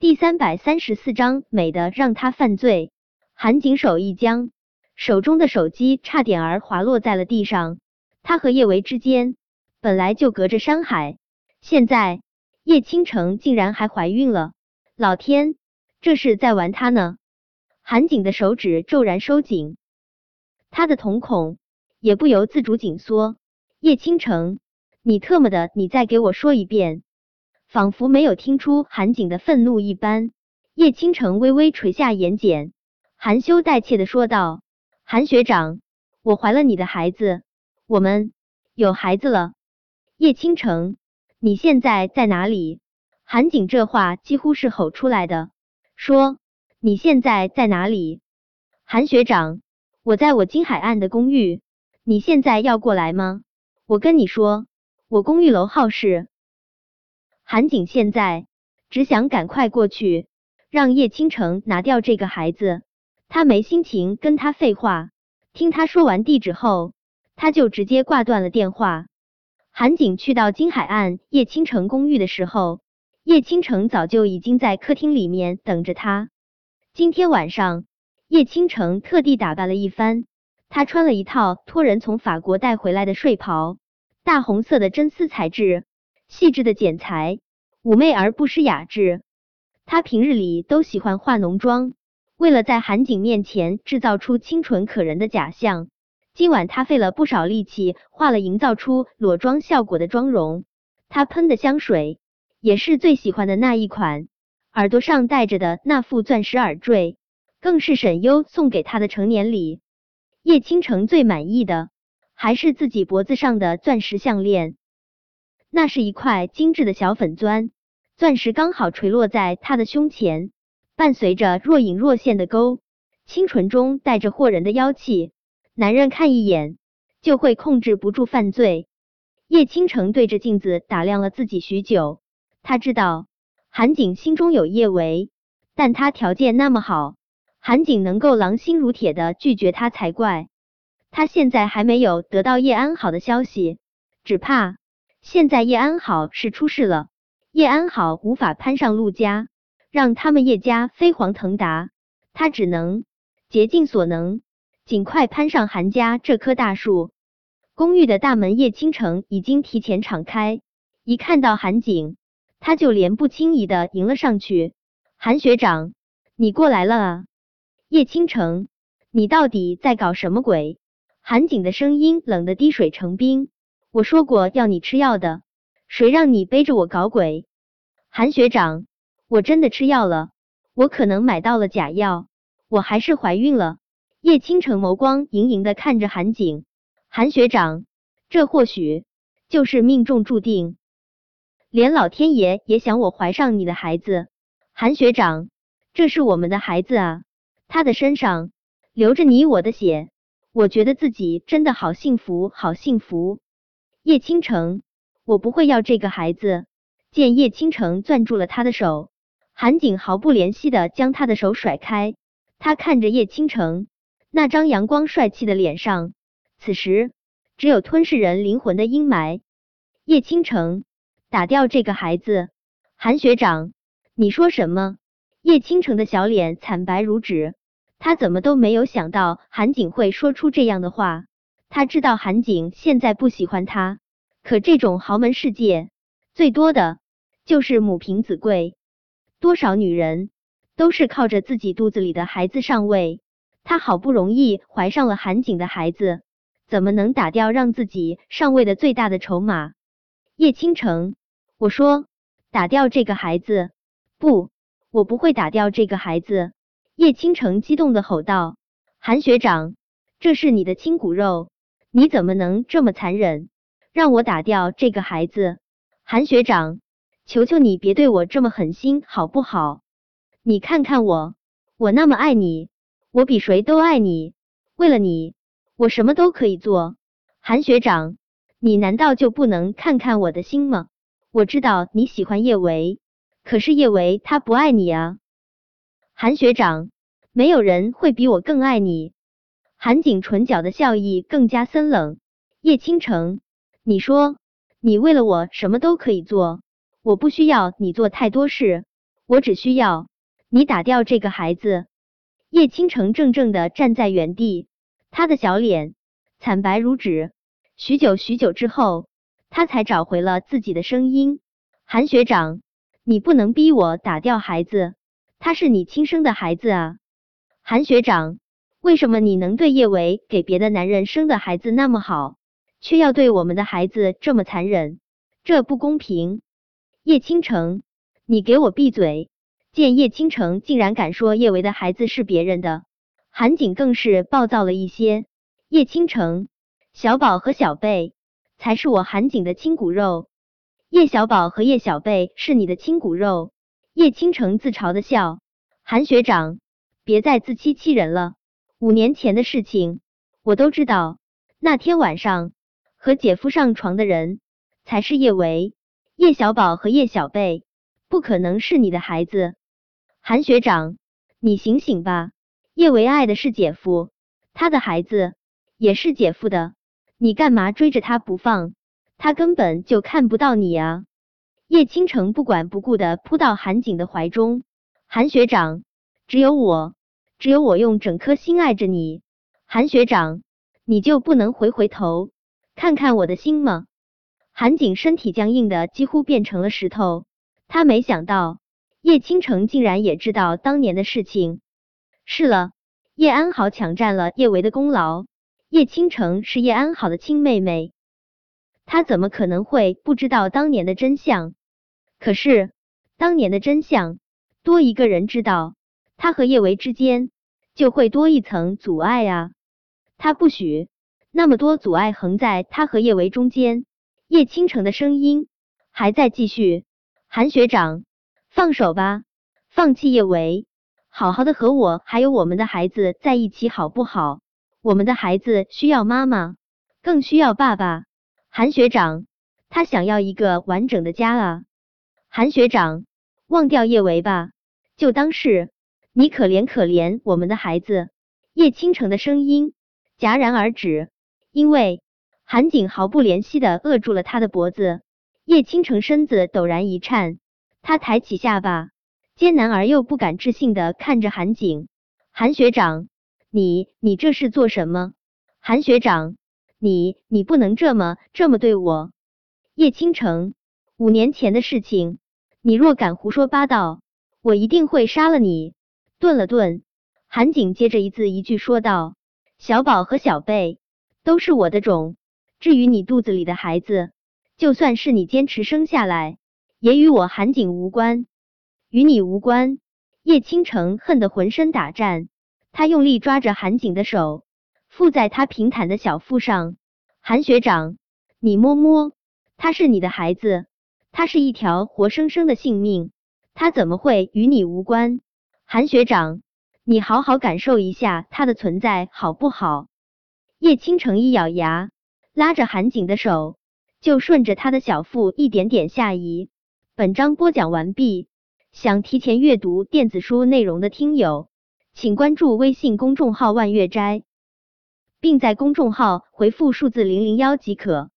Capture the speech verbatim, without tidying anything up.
第三百三十四章，美的让他犯罪。韩景手一僵，手中的手机差点儿滑落在了地上。他和叶维之间本来就隔着山海，现在叶倾城竟然还怀孕了，老天，这是在玩他呢！韩景的手指骤然收紧，他的瞳孔也不由自主紧缩。叶倾城，你特么的，你再给我说一遍！仿佛没有听出韩景的愤怒一般，叶倾城微微垂下眼睑，含羞带怯的说道：“韩学长，我怀了你的孩子，我们有孩子了。”叶倾城，你现在在哪里？韩景这话几乎是吼出来的，说：“你现在在哪里？”韩学长，我在我金海岸的公寓，你现在要过来吗？我跟你说，我公寓楼号是……韩景现在只想赶快过去，让叶倾城拿掉这个孩子。他没心情跟他废话，听他说完地址后，他就直接挂断了电话。韩景去到金海岸叶倾城公寓的时候，叶倾城早就已经在客厅里面等着他。今天晚上，叶倾城特地打扮了一番，他穿了一套托人从法国带回来的睡袍，大红色的真丝材质，细致的剪裁，妩媚而不失雅致。他平日里都喜欢化浓妆，为了在韩景面前制造出清纯可人的假象，今晚他费了不少力气画了营造出裸妆效果的妆容。他喷的香水也是最喜欢的那一款，耳朵上戴着的那副钻石耳坠更是沈优送给他的成年礼。叶倾城最满意的还是自己脖子上的钻石项链，那是一块精致的小粉钻，钻石刚好垂落在他的胸前，伴随着若隐若现的勾，清纯中带着惑人的妖气，男人看一眼就会控制不住犯罪。叶倾城对着镜子打量了自己许久，他知道韩景心中有叶维，但他条件那么好，韩景能够狼心如铁的拒绝他才怪。他现在还没有得到叶安好的消息，只怕现在叶安好是出事了，叶安好无法攀上陆家，让他们叶家飞黄腾达，他只能竭尽所能，尽快攀上韩家这棵大树。公寓的大门叶倾城已经提前敞开，一看到韩景，他就连步轻移的迎了上去。韩学长，你过来了啊！叶倾城，你到底在搞什么鬼？韩景的声音冷得滴水成冰。我说过要你吃药的，谁让你背着我搞鬼？韩学长，我真的吃药了，我可能买到了假药，我还是怀孕了。叶倾城眸光盈盈的看着韩景，韩学长，这或许就是命中注定，连老天爷也想我怀上你的孩子。韩学长，这是我们的孩子啊，他的身上流着你我的血，我觉得自己真的好幸福，好幸福。叶倾城，我不会要这个孩子。见叶倾城攥住了他的手，韩景毫不怜惜的将他的手甩开。他看着叶倾城那张阳光帅气的脸上，此时只有吞噬人灵魂的阴霾。叶倾城，打掉这个孩子！韩学长，你说什么？叶倾城的小脸惨白如纸，他怎么都没有想到韩景会说出这样的话。他知道韩景现在不喜欢他，可这种豪门世界，最多的就是母凭子贵，多少女人都是靠着自己肚子里的孩子上位。她好不容易怀上了韩景的孩子，怎么能打掉让自己上位的最大的筹码？叶倾城，我说打掉这个孩子，不，我不会打掉这个孩子！叶倾城激动的吼道：“韩学长，这是你的亲骨肉，你怎么能这么残忍，让我打掉这个孩子？韩学长，求求你别对我这么狠心好不好？你看看我，我那么爱你，我比谁都爱你，为了你，我什么都可以做。韩学长，你难道就不能看看我的心吗？我知道你喜欢叶维，可是叶维他不爱你啊。韩学长，没有人会比我更爱你。”韩景唇角的笑意更加森冷。叶倾城，你说你为了我什么都可以做，我不需要你做太多事， 我只需要你打掉这个孩子。叶倾城怔怔地站在原地，他的小脸惨白如纸。许久许久之后，他才找回了自己的声音。韩学长，你不能逼我打掉孩子，他是你亲生的孩子啊。韩学长，为什么你能对叶维给别的男人生的孩子那么好，却要对我们的孩子这么残忍？这不公平。叶倾城，你给我闭嘴！见叶倾城竟然敢说叶维的孩子是别人的，韩景更是暴躁了一些。叶倾城，小宝和小贝才是我韩景的亲骨肉，叶小宝和叶小贝是你的亲骨肉。叶倾城自嘲的笑。韩学长，别再自欺欺人了，五年前的事情我都知道，那天晚上和姐夫上床的人才是叶维，叶小宝和叶小贝不可能是你的孩子。韩学长，你醒醒吧，叶维爱的是姐夫，他的孩子也是姐夫的，你干嘛追着他不放？他根本就看不到你啊！叶倾城不管不顾的扑到韩景的怀中。韩学长，只有我，只有我用整颗心爱着你。韩学长，你就不能回回头，看看我的心吗？韩景身体僵硬的几乎变成了石头，他没想到叶倾城竟然也知道当年的事情。是了，叶安好抢占了叶维的功劳，叶倾城是叶安好的亲妹妹，他怎么可能会不知道当年的真相？可是当年的真相多一个人知道，他和叶维之间就会多一层阻碍啊！他不许那么多阻碍横在他和叶维中间。叶倾城的声音还在继续。韩学长，放手吧，放弃叶维，好好的和我还有我们的孩子在一起好不好？我们的孩子需要妈妈，更需要爸爸。韩学长，他想要一个完整的家啊！韩学长，忘掉叶维吧，就当是你可怜可怜我们的孩子。叶倾城的声音戛然而止，因为韩景毫不怜惜的扼住了他的脖子。叶倾城身子陡然一颤，他抬起下巴，艰难而又不敢置信的看着韩景。韩学长，你你这是做什么？韩学长，你你不能这么这么对我。叶倾城，五年前的事情，你若敢胡说八道，我一定会杀了你。顿了顿，韩景接着一字一句说道：小宝和小贝都是我的种，至于你肚子里的孩子，就算是你坚持生下来，也与我韩景无关，与你无关。叶倾城恨得浑身打颤，他用力抓着韩景的手，附在他平坦的小腹上。韩学长，你摸摸，他是你的孩子，他是一条活生生的性命，他怎么会与你无关？韩学长，你好好感受一下他的存在好不好？叶倾城一咬牙，拉着韩景的手就顺着他的小腹一点点下移。本章播讲完毕，想提前阅读电子书内容的听友，请关注微信公众号万月斋，并在公众号回复数字零零一即可。